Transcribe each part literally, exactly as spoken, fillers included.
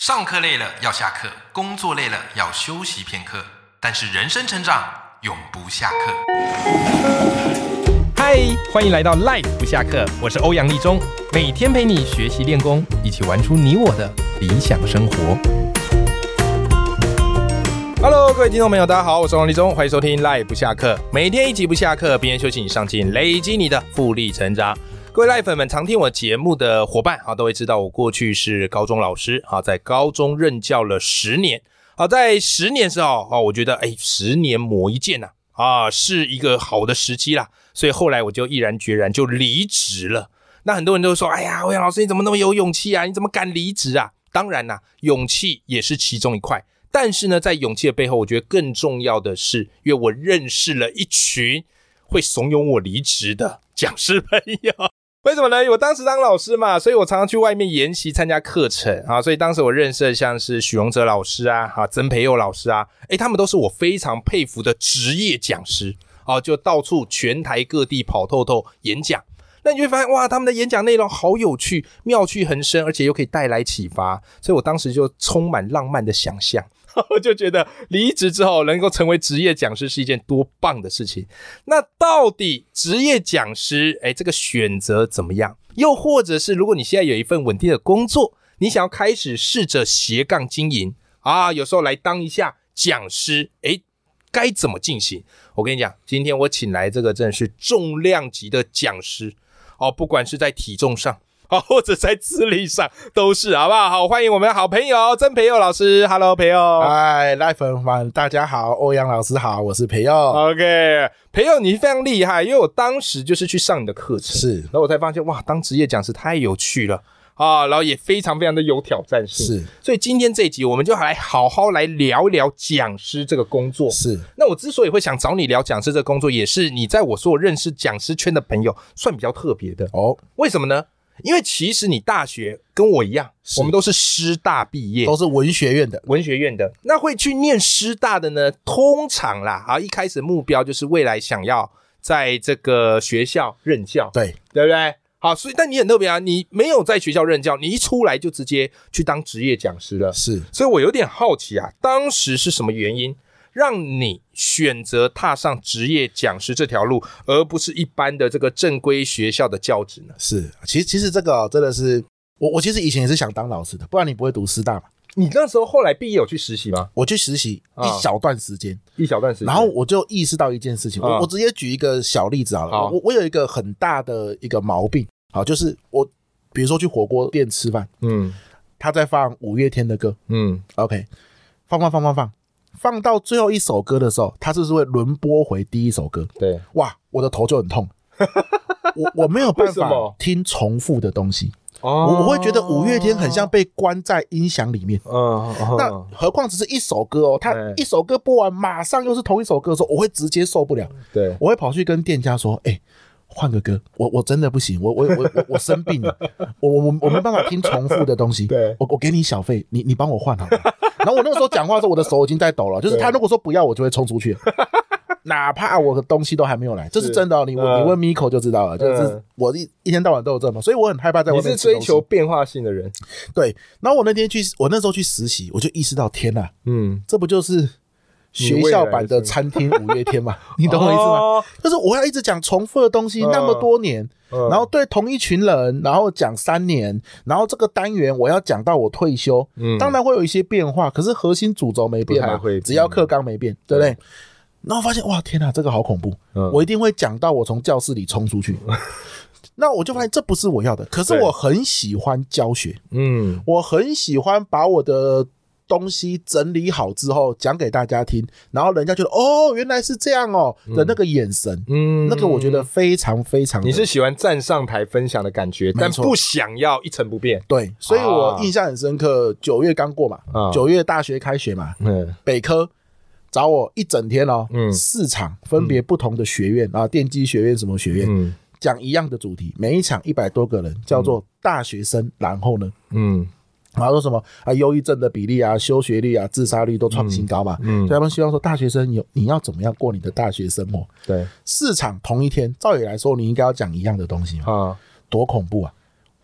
上课累了要下课，工作累了要休息片刻，但是人生成长永不下课。嗨，欢迎来到 Life 不下课，我是欧阳立中，每天陪你学习练功，一起玩出你我的理想生活。Hello， 各位听众朋友，大家好，我是欧阳立中，欢迎收听 Life 不下课，每天一集不下课，边休息你上进，累积你的复利成长。各位赖粉们，常听我节目的伙伴都会知道，我过去是高中老师，在高中任教了十年。好，在十年之后，我觉得哎，十年磨一剑啊，啊，是一个好的时机啦，所以后来我就毅然决然就离职了。那很多人都说，哎呀，欧阳老师你怎么那么有勇气啊？你怎么敢离职啊？当然啦，勇气也是其中一块，但是呢，在勇气的背后，我觉得更重要的是，因为我认识了一群会怂恿我离职的讲师朋友。为什么呢？我当时当老师嘛，所以我常常去外面研习参加课程啊，所以当时我认识的像是许荣哲老师啊、啊曾培佑老师啊，诶他们都是我非常佩服的职业讲师啊，就到处全台各地跑透透演讲。那你就会发现，哇，他们的演讲内容好有趣，妙趣横生，而且又可以带来启发，所以我当时就充满浪漫的想象。我就觉得离职之后能够成为职业讲师是一件多棒的事情。那到底职业讲师诶这个选择怎么样？又或者是如果你现在有一份稳定的工作，你想要开始试着斜杠经营啊，有时候来当一下讲师，诶该怎么进行？我跟你讲，今天我请来这个真的是重量级的讲师哦，不管是在体重上或者在资历上都是，好不好？好，欢迎我们的好朋友曾培佑老师。 Hello 培佑。 嗨，赖粉们大家好，欧阳老师好，我是培佑。 OK， 培佑你非常厉害，因为我当时就是去上你的课程， 是， 然后我才发现哇，当职业讲师太有趣了啊，然后也非常非常的有挑战性， 是， 所以今天这一集我们就来好好来聊一聊讲师这个工作。 是， 那我之所以会想找你聊讲师这个工作，也是你在我所有认识讲师圈的朋友算比较特别的哦。为什么呢？因为其实你大学跟我一样，我们都是师大毕业， 都是文学院的， 文学院的。那会去念师大的呢，通常啦，啊，一开始目标就是未来想要在这个学校任教， 对， 对不对？好，所以但你很特别啊，你没有在学校任教，你一出来就直接去当职业讲师了， 是。 所以我有点好奇啊，当时是什么原因让你选择踏上职业讲师这条路，而不是一般的这个正规学校的教职呢？ 是，其实其实这个、哦、真的是我我其实以前也是想当老师的，不然你不会读师大嘛。 你那时候后来毕业有去实习吗？ 我去实习一小段时间、哦， 一小段时间， 然后我就意识到一件事情，哦、我我直接举一个小例子好了。好，我我有一个很大的一个毛病，好，就是我比如说去火锅店吃饭，嗯，他在放五月天的歌，嗯 ，OK， 放放放放放。放到最后一首歌的时候，他是不是会轮播回第一首歌？ 对， 哇，我的头就很痛，我我没有办法听重复的东西，哦、我, 我会觉得五月天很像被关在音响里面，哦、那何况只是一首歌哦，他一首歌播完，马上又是同一首歌的时候，我会直接受不了，对，我会跑去跟店家说，哎、欸。换个歌，我我真的不行，我我我我我生病了，我我我没办法听重复的东西。对，我我给你小费，你你帮我换好了。然后我那个时候讲话的时候，我的手已经在抖了，就是他如果说不要，我就会冲出去，哪怕我的东西都还没有来，这是真的哦。你你问 Miko 就知道了，就是我一一天到晚都有这么，所以我很害怕在外面吃东西。 你是追求变化性的人， 对。然后我那天去，我那时候去实习，我就意识到，天哪，嗯，这不就是学校版的餐厅五月天嘛，你懂我意思吗？哦、就是我要一直讲重复的东西那么多年、嗯，然后对同一群人，然后讲三年，然后这个单元我要讲到我退休，嗯，当然会有一些变化，可是核心主轴没变嘛，只要课纲没变，对不对？然后发现哇，天哪，这个好恐怖，嗯、我一定会讲到我从教室里冲出去。那我就发现这不是我要的，可是我很喜欢教学，嗯，我很喜欢把我的东西整理好之后讲给大家听，然后人家觉得哦原来是这样哦的那个眼神，嗯，那个我觉得非常非常的， 你是喜欢站上台分享的感觉，但不想要一成不变。 对，所以我印象很深刻，九月刚过嘛，九、啊、月大学开学嘛，嗯，北科找我一整天哦，嗯，四场分别不同的学院、嗯、啊，电机学院什么学院，嗯，讲一样的主题，每一场一百多个人，叫做大学生，然后呢，嗯。然后说什么啊，忧郁症的比例啊，休学率啊，自杀率都创新高嘛，嗯，所以他们希望说大学生有你要怎么样过你的大学生活？对，四场同一天，照理来说你应该要讲一样的东西嘛，啊，多恐怖啊！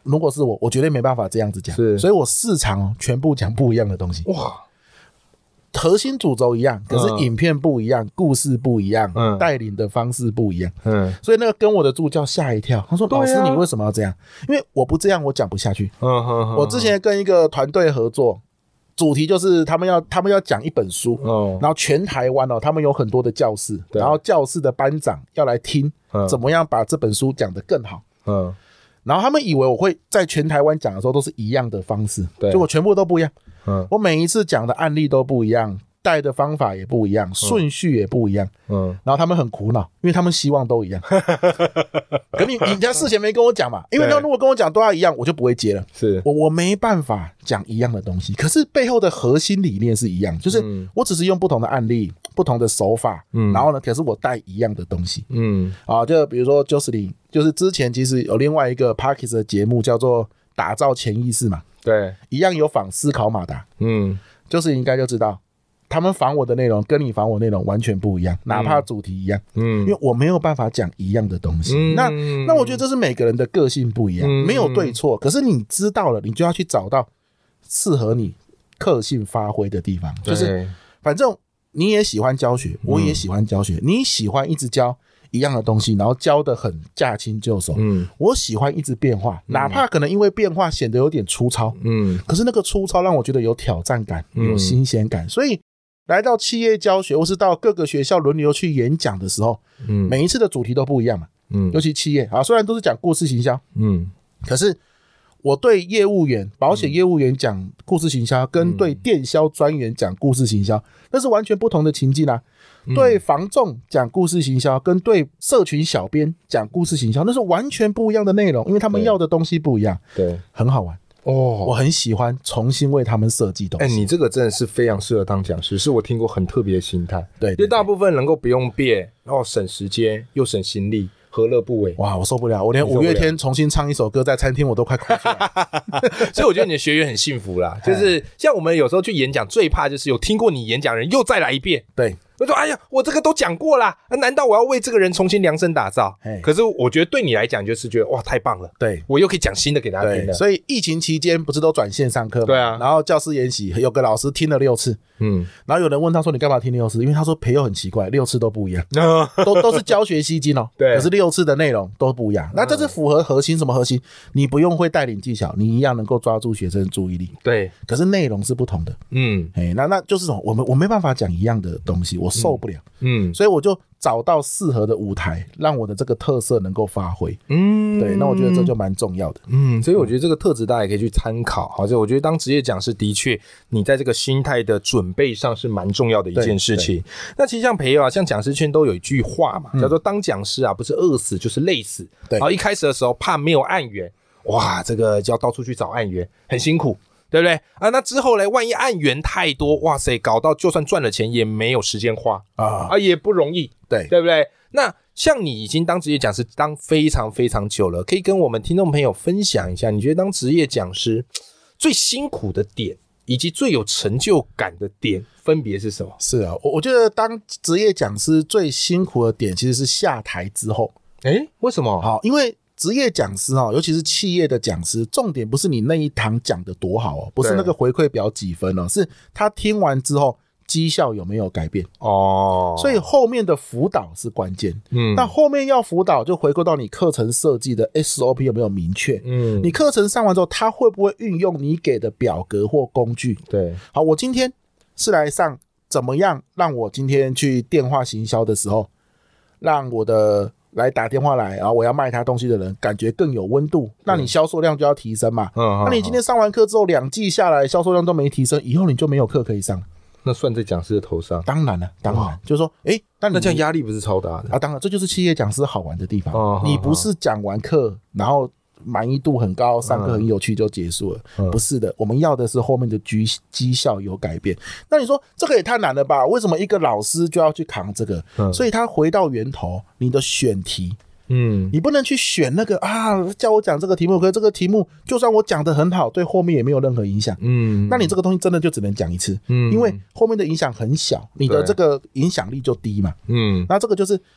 如果是我，我绝对没办法这样子讲，所以我四场哦全部讲不一样的东西。哇，核心主轴一样，可是影片不一样，嗯、故事不一样，嗯、带领的方式不一样。嗯，所以那个跟我的助教吓一跳，他说：“老师，你为什么要这样？因为我不这样，我讲不下去。嗯嗯嗯、我之前跟一个团队合作。”主题就是他们要他们要讲一本书，哦、然后全台湾哦，他们有很多的教室，然后教室的班长要来听，嗯、怎么样把这本书讲得更好。嗯，然后他们以为我会在全台湾讲的时候都是一样的方式，结果全部都不一样。嗯，我每一次讲的案例都不一样，带的方法也不一样，顺序也不一样。嗯，然后他们很苦恼，因为他们希望都一样。可你你家事前没跟我讲嘛？因为他如果跟我讲都要一样，我就不会接了。是我我没办法讲一样的东西，可是背后的核心理念是一样，就是我只是用不同的案例、不同的手法，嗯，然后呢，可是我带一样的东西。嗯，啊，就比如说 Jocelyn， 就是之前其实有另外一个 Podcast 的节目叫做打造潜意识嘛，对，一样有访思考马达。嗯，就是应该就知道。他们访我的内容跟你访我内容完全不一样，哪怕主题一样，嗯，因为我没有办法讲一样的东西。嗯、那那我觉得这是每个人的个性不一样，嗯、没有对错。可是你知道了，你就要去找到适合你个性发挥的地方。就是反正你也喜欢教学，我也喜欢教学，嗯、你喜欢一直教一样的东西，然后教得很驾轻就熟。嗯，我喜欢一直变化，哪怕可能因为变化显得有点粗糙，嗯，可是那个粗糙让我觉得有挑战感，有新鲜感，所以。来到企业教学，或是到各个学校轮流去演讲的时候，嗯，每一次的主题都不一样嘛，嗯，尤其企业啊，虽然都是讲故事行销，嗯，可是我对业务员、保险业务员讲故事行销，跟对电销专员讲故事行销，那是完全不同的情境啊。嗯、对房仲讲故事行销，跟对社群小编讲故事行销，那是完全不一样的内容，因为他们要的东西不一样，对，很好玩。哦，我很喜欢重新为他们设计东西。哎、 欸，你这个真的是非常适合当讲师，是我听过很特别的心态。对，因为大部分能够不用变，然后省时间又省心力，何乐不为？ 哇，我受不了，我连五月天重新唱一首歌在餐厅我都快哭出来。 所以我觉得你的学员很幸福啦，就是像我们有时候去演讲，最怕就是有听过你演讲的人又再来一遍。对。我说哎呀，我这个都讲过啦，难道我要为这个人重新量身打造？可是我觉得对你来讲就是觉得哇太棒了，对，我又可以讲新的给大家听了。 所以疫情期间不是都转线上课吗？对啊，然后教师研习有个老师听了六次，嗯，然后有人问他说你干嘛听六次？因为他说培佑很奇怪，六次都不一样，都都是教学吸睛哦，对，可是六次的内容都不一样。那这是符合核心，什么核心？你不用会带领技巧，你一样能够抓住学生的注意力，对，可是内容是不同的，嗯，哎，那那就是什么？我们我没办法讲一样的东西，我受不了。嗯嗯，所以我就找到适合的舞台，让我的这个特色能够发挥。嗯，对，那我觉得这就蛮重要的。 嗯，所以我觉得这个特质大家也可以去参考。好，所以我觉得当职业讲师的确，你在这个心态的准备上是蛮重要的一件事情。那其实像培友啊，像讲师圈都有一句话嘛，叫做当讲师啊，不是饿死就是累死。对，然后一开始的时候怕没有案源，哇，这个就要到处去找案源，很辛苦。对不对啊？那之后呢？万一案源太多，哇塞，搞到就算赚了钱也没有时间花啊啊，也不容易，对对不对？那像你已经当职业讲师当非常非常久了，可以跟我们听众朋友分享一下，你觉得当职业讲师最辛苦的点，以及最有成就感的点分别是什么？ 是啊，我我觉得当职业讲师最辛苦的点其实是下台之后。 诶，为什么？ 好，因为职业讲师哦，尤其是企业的讲师，重点不是你那一堂讲的多好哦，不是那个回馈表几分哦，是他听完之后绩效有没有改变哦，所以后面的辅导是关键。嗯，那后面要辅导就回归到你课程设计的 S O P 有没有明确？嗯，你课程上完之后，他会不会运用你给的表格或工具？对，好，我今天是来上怎么样让我今天去电话行销的时候，让我的来打电话来，然后我要卖他东西的人感觉更有温度，那你销售量就要提升嘛。嗯，那你今天上完课之后两季下来销售量都没提升，以后你就没有课可以上， 那算在讲师的头上。 当然了，当然就是说诶，那那这样压力不是超大的啊？当然，这就是企业讲师好玩的地方。哦，你不是讲完课然后满意度很高，上课很有趣就结束了，嗯，不是的，我们要的是后面的绩效有改变。那你说这个也太难了吧？为什么一个老师就要去扛这个？嗯，所以他回到源头，你的选题，嗯，你不能去选那个啊，叫我讲这个题目，可是这个题目就算我讲得很好，对后面也没有任何影响。嗯，那你这个东西真的就只能讲一次，嗯，因为后面的影响很小，你的这个影响力就低嘛。嗯，那这个就是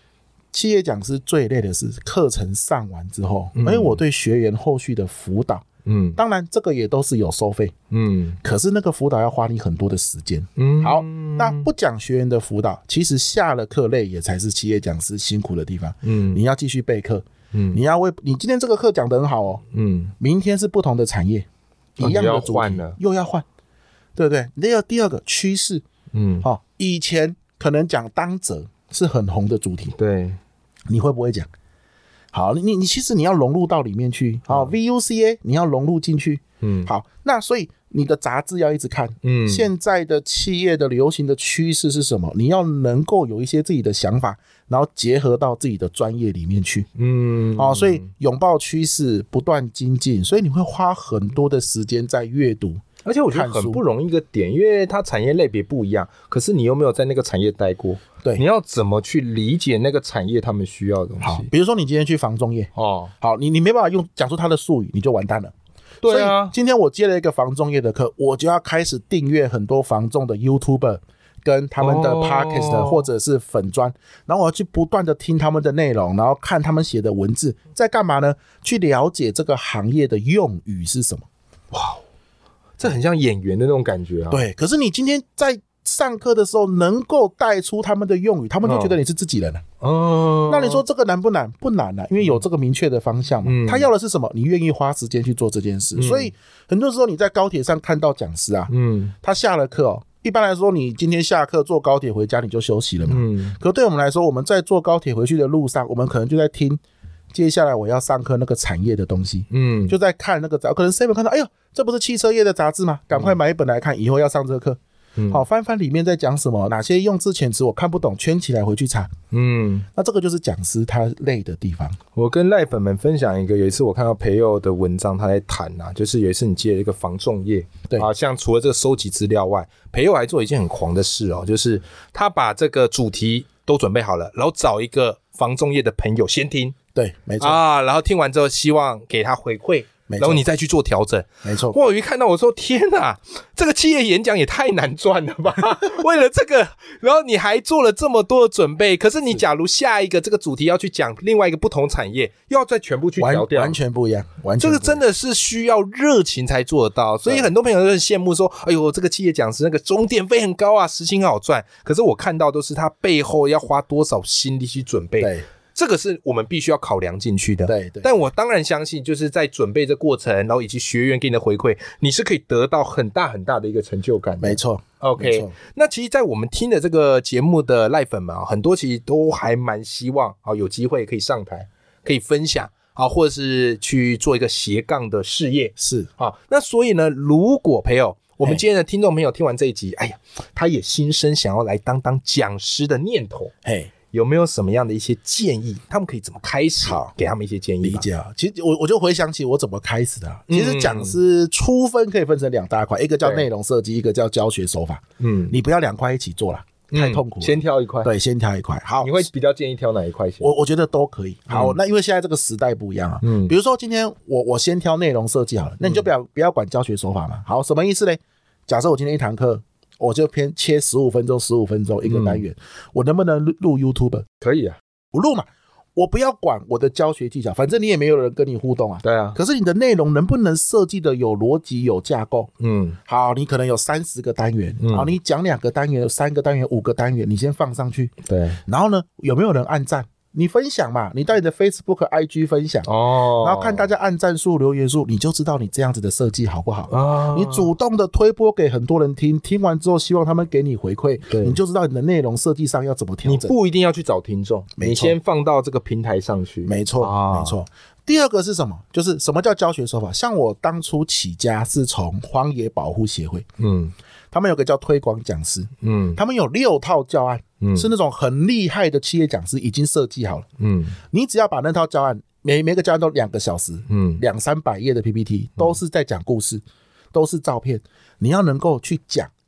企业讲师最累的是课程上完之后，因为我对学员后续的辅导，嗯，当然这个也都是有收费，嗯，可是那个辅导要花你很多的时间，嗯，好，那不讲学员的辅导，其实下了课累也才是企业讲师辛苦的地方，嗯，你要继续备课，嗯，你要为你今天这个课讲得很好哦，嗯，明天是不同的产业，一样的主题，哦，又要换，对不对？第二第二个趋势，嗯，好，哦，以前可能讲当责是很红的主题， 对， 你会不会讲？好，你你其实你要融入到里面去，好，嗯，V U C A 你要融入进去，嗯，好，那所以你的杂志要一直看，嗯，现在的企业的流行的趋势是什么？你要能够有一些自己的想法，然后结合到自己的专业里面去，嗯，好，所以拥抱趋势，不断精进，所以你会花很多的时间在阅读。 而且我觉得很不容易一个点，因为它产业类别不一样，可是你又没有在那个产业待过，对，你要怎么去理解那个产业他们需要的东西？ 好，比如说你今天去房仲业，哦，好，你你没办法用讲出他的术语，你就完蛋了。 对啊， 所以今天我接了一个房仲业的课，我就要开始订阅很多房仲的 YouTuber 跟他们的 Podcast，哦，或者是粉专，然后我要去不断的听他们的内容，然后看他们写的文字，在干嘛呢？去了解这个行业的用语是什么。 哇，这很像演员的那种感觉啊。 对，可是你今天在上课的时候能够带出他们的用语，他们就觉得你是自己人了。哦，那你说这个难不难？不难啊，因为有这个明确的方向嘛。嗯，他要的是什么？你愿意花时间去做这件事。嗯，所以很多时候你在高铁上看到讲师啊，嗯，他下了课哦，一般来说你今天下课坐高铁回家你就休息了嘛。嗯，可对我们来说，我们在坐高铁回去的路上，我们可能就在听接下来我要上课那个产业的东西，嗯，就在看那个杂，可能 seven 看到，哎呦，这不是汽车业的杂志吗？赶快买一本来看，以后要上这个课。嗯，好，翻翻里面在讲什么，哪些用字遣词我看不懂，圈起来回去查。嗯，那这个就是讲师他累的地方。 我跟赖粉们分享一个，有一次我看到培佑的文章，他在谈啊，就是有一次你接了一个房仲业，对啊，像除了这个收集资料外，培佑还做一件很狂的事哦，就是他把这个主题都准备好了，然后找一个房仲业的朋友先听， 对，没错啊，然后听完之后希望给他回馈。然后你再去做调整， 没错。 我一看到我说天哪，这个企业演讲也太难赚了吧！为了这个，然后你还做了这么多的准备，可是你假如下一个这个主题要去讲另外一个不同产业，又要再全部去调掉， 完全不一样，完全不一样。 这个真的是需要热情才做得到，所以很多朋友都很羡慕说，哎呦，这个企业讲师那个钟点费很高啊，时薪很好赚。可是我看到都是他背后要花多少心力去准备。对。这个是我们必须要考量进去的， 对对。 但我当然相信，就是在准备这过程，然后以及学员给你的回馈，你是可以得到很大很大的一个成就感的。 没错 ，OK。那其实，在我们听的这个节目的赖粉们啊，很多其实都还蛮希望啊，有机会可以上台，可以分享啊，或者是去做一个斜杠的事业。 是啊，那所以呢，如果朋友，我们今天的听众朋友听完这一集，哎呀，他也心生想要来当当讲师的念头，嘿。有没有什么样的一些建议？他们可以怎么开始？好，给他们一些建议。 理解啊，其实我我就回想起我怎么开始的、啊。其实讲师初分可以分成两大块，一个叫内容设计，一个叫教学手法。嗯，你不要两块一起做啦，太痛苦了、嗯。 先挑一块。 对，先挑一块。好， 你会比较建议挑哪一块先？ 我我觉得都可以。好，嗯、那因为现在这个时代不一样啊。嗯，比如说今天我我先挑内容设计好了，那你就不要、嗯、不要管教学手法嘛。好，什么意思嘞？假设我今天一堂课。我就偏切十五分钟十五分钟一个单元、嗯、我能不能录 YouTube？ 可以啊， 我录嘛，我不要管我的教学技巧，反正你也没有人跟你互动啊。 对啊， 可是你的内容能不能设计的有逻辑有架构？嗯，好，你可能有三十个单元、嗯、好，你讲两个单元三个单元五个单元你先放上去。 对， 然后呢有没有人按赞？你分享嘛，你到你的 Facebook、I G 分享哦，然后看大家按赞数、留言数，你就知道你这样子的设计好不好、哦、你主动的推播给很多人听，听完之后希望他们给你回馈，你就知道你的内容设计上要怎么调整。 你不一定要去找听众，你先放到这个平台上去。 没错、哦、没错。第二个是什么？就是什么叫教学手法？像我当初起家是从荒野保护协会，嗯，他们有个叫推广讲师，嗯，他们有六套教案，嗯，是那种很厉害的企业讲师已经设计好了，嗯，你只要把那套教案，每每个教案都两个小时，嗯，两三百页的 P P T， 都是在讲故事，都是照片，你要能够去讲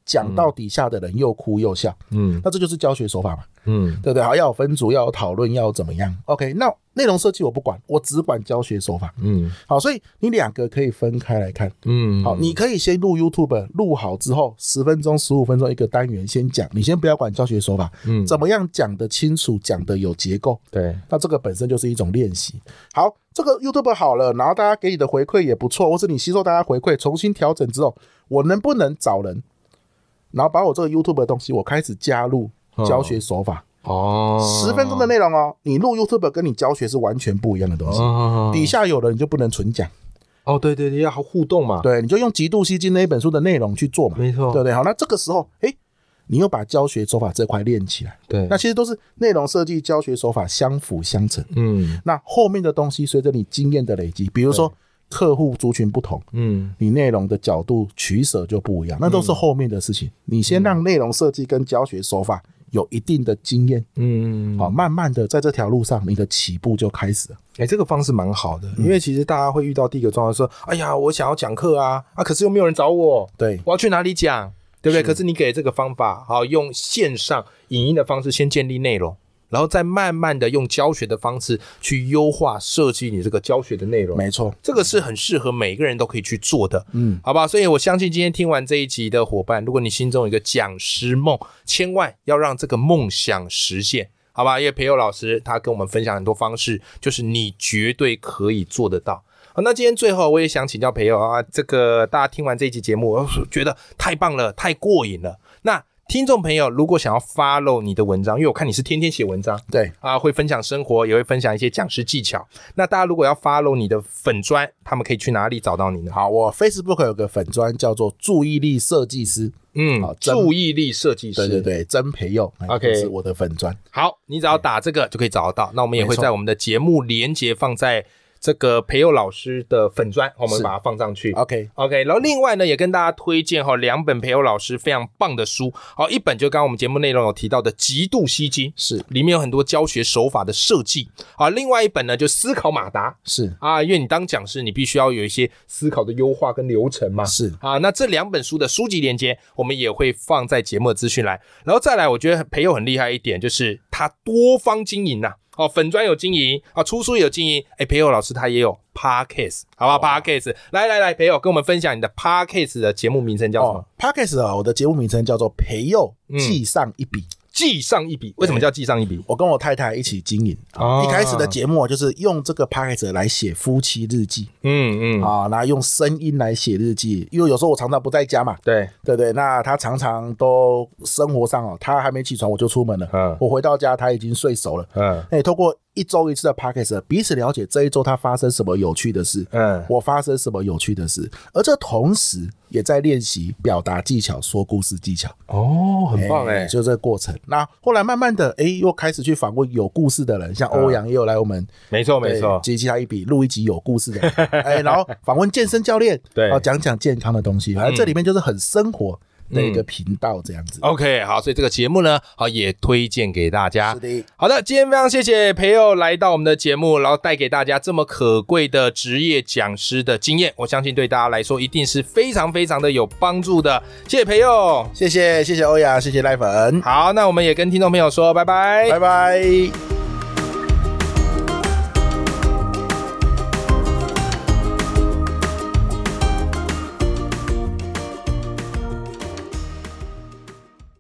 讲到底下的人又哭又笑，嗯，那这就是教学手法嘛，嗯，对不对？好，要有分组，要有讨论，要有怎么样 ？OK， 那内容设计我不管，我只管教学手法，嗯，好，所以你两个可以分开来看，嗯，好，你可以先录 YouTube， 录好之后十分钟、十五分钟一个单元先讲，你先不要管教学手法，嗯，怎么样讲得清楚，讲得有结构， 对， 那这个本身就是一种练习。好，这个 YouTube 好了，然后大家给你的回馈也不错，或是你吸收大家回馈，重新调整之后，我能不能找人？然后把我这个 YouTube 的东西，我开始加入教学手法哦，十分钟的内容哦，你录 YouTube 跟你教学是完全不一样的东西。哦、底下有人你就不能纯讲哦，对对对，要好互动嘛。 对，你就用《极度吸睛》那一本书的内容去做嘛， 没错， 对不对？好，那这个时候，哎，你又把教学手法这块练起来。 对， 那其实都是内容设计、教学手法相辅相成。嗯，那后面的东西随着你经验的累积，比如说。客户族群不同，嗯，你内容的角度取舍就不一样，那都是后面的事情。嗯、你先让内容设计跟教学手法有一定的经验，嗯，好，慢慢的在这条路上，你的起步就开始了。 哎、欸，这个方式蛮好的，因为其实大家会遇到第一个状况说，哎呀，我想要讲课啊，啊，可是又没有人找我， 对， 我要去哪里讲，对不对？可是你给这个方法，好，用线上影音的方式先建立内容。然后再慢慢的用教学的方式去优化设计你这个教学的内容， 没错， 这个是很适合每个人都可以去做的，嗯，好吧？所以我相信今天听完这一集的伙伴，如果你心中有一个讲师梦，千万要让这个梦想实现，好吧？因为培佑老师他跟我们分享很多方式，就是你绝对可以做得到。好，那今天最后我也想请教培佑啊，这个大家听完这一集节目，我觉得太棒了，太过瘾了。那听众朋友如果想要 follow 你的文章，因为我看你是天天写文章， 对啊，会分享生活，也会分享一些讲师技巧。那大家如果要 follow 你的粉专，他们可以去哪里找到你呢？ 好，我 Facebook 有个粉专叫做注意力设计师， 嗯，注意力设计师， 对对对，曾培佑 ，OK， 是我的粉专。 好，你只要打这个就可以找得到。那我们也会在我们的节目连结放在这个培佑老师的粉专，我们把它放上去。 OK OK， 然后另外呢，也跟大家推荐哈两本培佑老师非常棒的书。好，一本就刚刚我们节目内容有提到的《极度吸睛》， 是里面有很多教学手法的设计。好，另外一本呢就思考马达， 是啊，因为你当讲师，你必须要有一些思考的优化跟流程嘛。 是啊，那这两本书的书籍连结，我们也会放在节目的资讯栏。然后再来，我觉得培佑很厉害一点，就是他多方经营啊。哦，粉专有经营啊，出书也有经营。哎，培佑老师他也有 Podcast， 好吧 ？Podcast， 来来来，培佑跟我们分享你的 Podcast 的节目名称叫什么、哦、 ？Podcast 啊，我的节目名称叫做培佑记上一笔。嗯记上一笔，为什么叫记上一笔？ 我跟我太太一起经营、啊、一开始的节目就是用这个 podcast 来写夫妻日记，嗯嗯啊，然后用声音来写日记，因为有时候我常常不在家嘛， 对对对，那他常常都生活上哦，他还没起床我就出门了，嗯，我回到家他已经睡熟了，嗯，那透过一周一次的 podcast 彼此了解这一周他发生什么有趣的事，嗯，我发生什么有趣的事，而这同时也在练习表达技巧、说故事技巧。 哦，很棒哎、欸， 就这个过程。那后来慢慢的，哎，又开始去访问有故事的人，像欧阳也有来我们，嗯、 没错没错， 记他一笔录一集有故事的，哎，然后访问健身教练， 对， 然后讲讲健康的东西，反正这里面就是很生活的一个频道这样子、 嗯、OK， 好，所以这个节目呢，好也推荐给大家。 是的， 好的，今天非常谢谢培佑来到我们的节目，然后带给大家这么可贵的职业讲师的经验，我相信对大家来说一定是非常非常的有帮助的。谢谢培佑， 谢谢谢谢欧阳，谢谢赖粉。 好，那我们也跟听众朋友说拜拜， 拜拜。